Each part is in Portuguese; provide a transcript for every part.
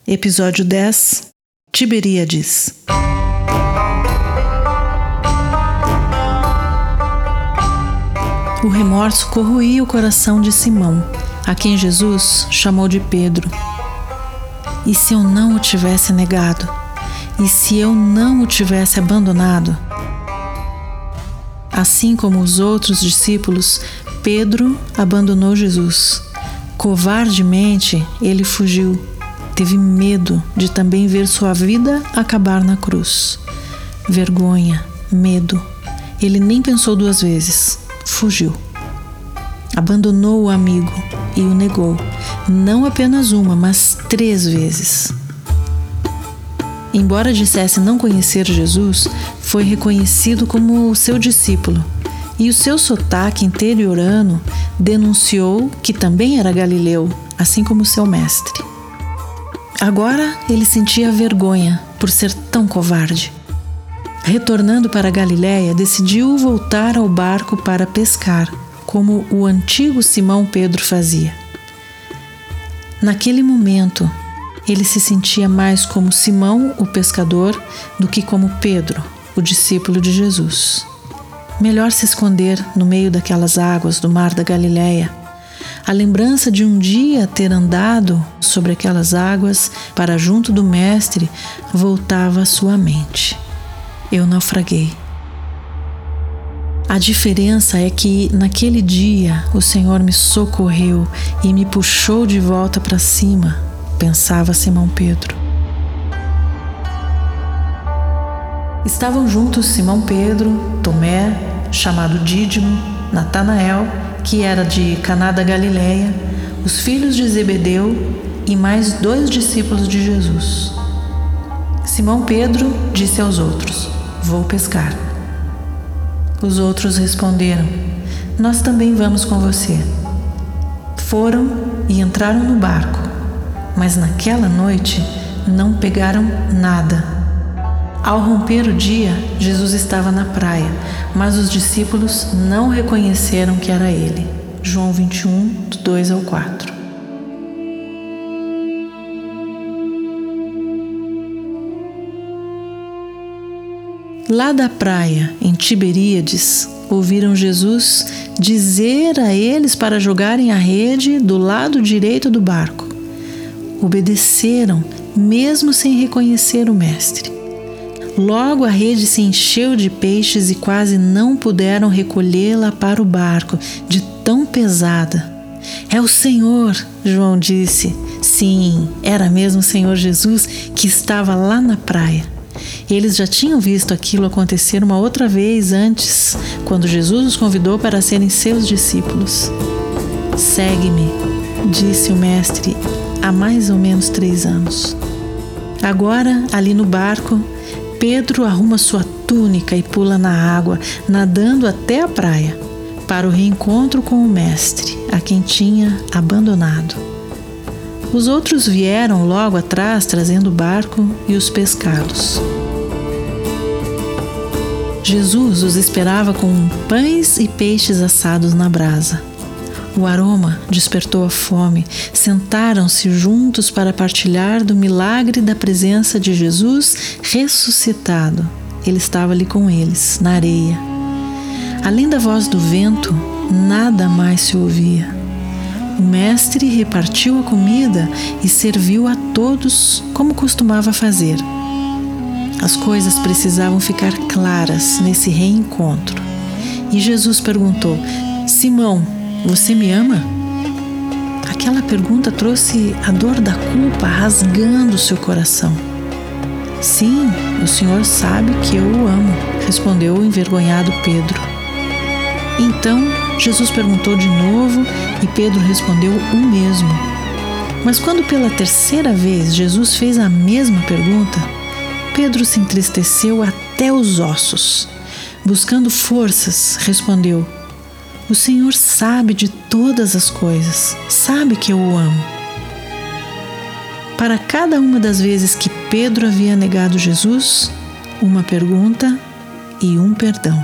Episódio 10. Tiberíades. O remorso corroía o coração de Simão, a quem Jesus chamou de Pedro. E se eu não o tivesse negado? E se eu não o tivesse abandonado? Assim como os outros discípulos, Pedro abandonou Jesus. Covardemente, ele fugiu. Teve medo de também ver sua vida acabar na cruz. Vergonha, medo. Ele nem pensou duas vezes. Fugiu. Abandonou o amigo e o negou. Não apenas uma, mas 3 vezes. Embora dissesse não conhecer Jesus, foi reconhecido como seu discípulo, e o seu sotaque interiorano denunciou que também era galileu, assim como seu mestre. Agora ele sentia vergonha por ser tão covarde. Retornando para a Galiléia, decidiu voltar ao barco para pescar, como o antigo Simão Pedro fazia. Naquele momento, ele se sentia mais como Simão, o pescador, do que como Pedro, o discípulo de Jesus. Melhor se esconder no meio daquelas águas do mar da Galiléia. A lembrança de um dia ter andado sobre aquelas águas para junto do Mestre voltava à sua mente. Eu naufraguei. A diferença é que naquele dia o Senhor me socorreu e me puxou de volta para cima, pensava Simão Pedro. Estavam juntos Simão Pedro, Tomé, chamado Dídimo, Natanael, que era de Caná da Galiléia, os filhos de Zebedeu e mais 2 discípulos de Jesus. Simão Pedro disse aos outros: "Vou pescar." Os outros responderam: "Nós também vamos com você." Foram e entraram no barco, mas naquela noite não pegaram nada. Ao romper o dia, Jesus estava na praia, mas os discípulos não reconheceram que era ele. João 21, do 2 ao 4. Lá da praia, em Tiberíades, ouviram Jesus dizer a eles para jogarem a rede do lado direito do barco. Obedeceram, mesmo sem reconhecer o Mestre. Logo a rede se encheu de peixes e quase não puderam recolhê-la para o barco, de tão pesada. "É o Senhor", João disse. Sim, era mesmo o Senhor Jesus que estava lá na praia. Eles já tinham visto aquilo acontecer uma outra vez antes, quando Jesus os convidou para serem seus discípulos. "Segue-me", disse o Mestre há mais ou menos 3 anos. Agora, ali no barco, Pedro arruma sua túnica e pula na água, nadando até a praia, para o reencontro com o Mestre, a quem tinha abandonado. Os outros vieram logo atrás, trazendo o barco e os pescados. Jesus os esperava com pães e peixes assados na brasa. O aroma despertou a fome. Sentaram-se juntos para partilhar do milagre da presença de Jesus ressuscitado. Ele estava ali com eles, na areia. Além da voz do vento, nada mais se ouvia. O Mestre repartiu a comida e serviu a todos como costumava fazer. As coisas precisavam ficar claras nesse reencontro. E Jesus perguntou: "Simão, você me ama?" Aquela pergunta trouxe a dor da culpa rasgando seu coração. "Sim, o Senhor sabe que eu o amo", respondeu o envergonhado Pedro. Então Jesus perguntou de novo e Pedro respondeu o mesmo. Mas quando pela 3ª vez Jesus fez a mesma pergunta, Pedro se entristeceu até os ossos. Buscando forças, respondeu: "O Senhor sabe de todas as coisas, sabe que eu o amo." Para cada uma das vezes que Pedro havia negado Jesus, uma pergunta e um perdão.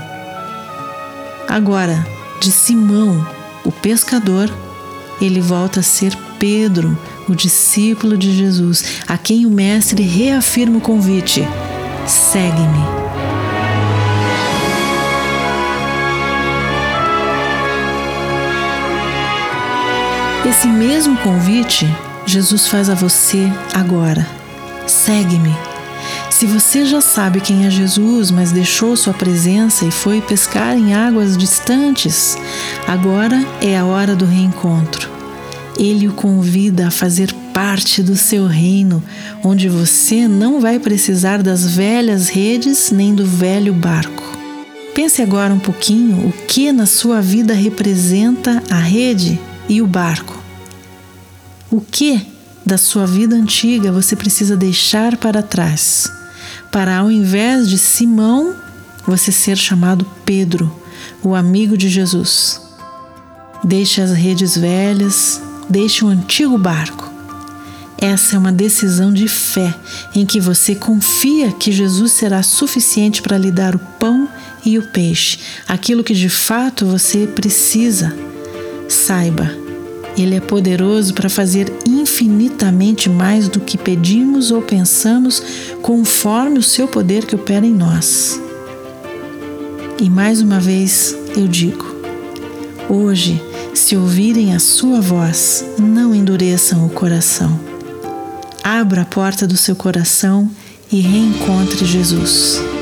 Agora, de Simão, o pescador, ele volta a ser Pedro, o discípulo de Jesus, a quem o Mestre reafirma o convite: segue-me. Esse mesmo convite Jesus faz a você agora: segue-me. Se você já sabe quem é Jesus, mas deixou sua presença e foi pescar em águas distantes, agora é a hora do reencontro. Ele o convida a fazer parte do seu reino, onde você não vai precisar das velhas redes nem do velho barco. Pense agora um pouquinho o que na sua vida representa a rede e o barco. O que da sua vida antiga você precisa deixar para trás, para, ao invés de Simão, você ser chamado Pedro, o amigo de Jesus? Deixe as redes velhas, deixe o antigo barco. Essa é uma decisão de fé, em que você confia que Jesus será suficiente para lhe dar o pão e o peixe, aquilo que de fato você precisa. Saiba, Ele é poderoso para fazer infinitamente mais do que pedimos ou pensamos, conforme o seu poder que opera em nós. E mais uma vez eu digo: hoje, se ouvirem a sua voz, não endureçam o coração. Abra a porta do seu coração e reencontre Jesus.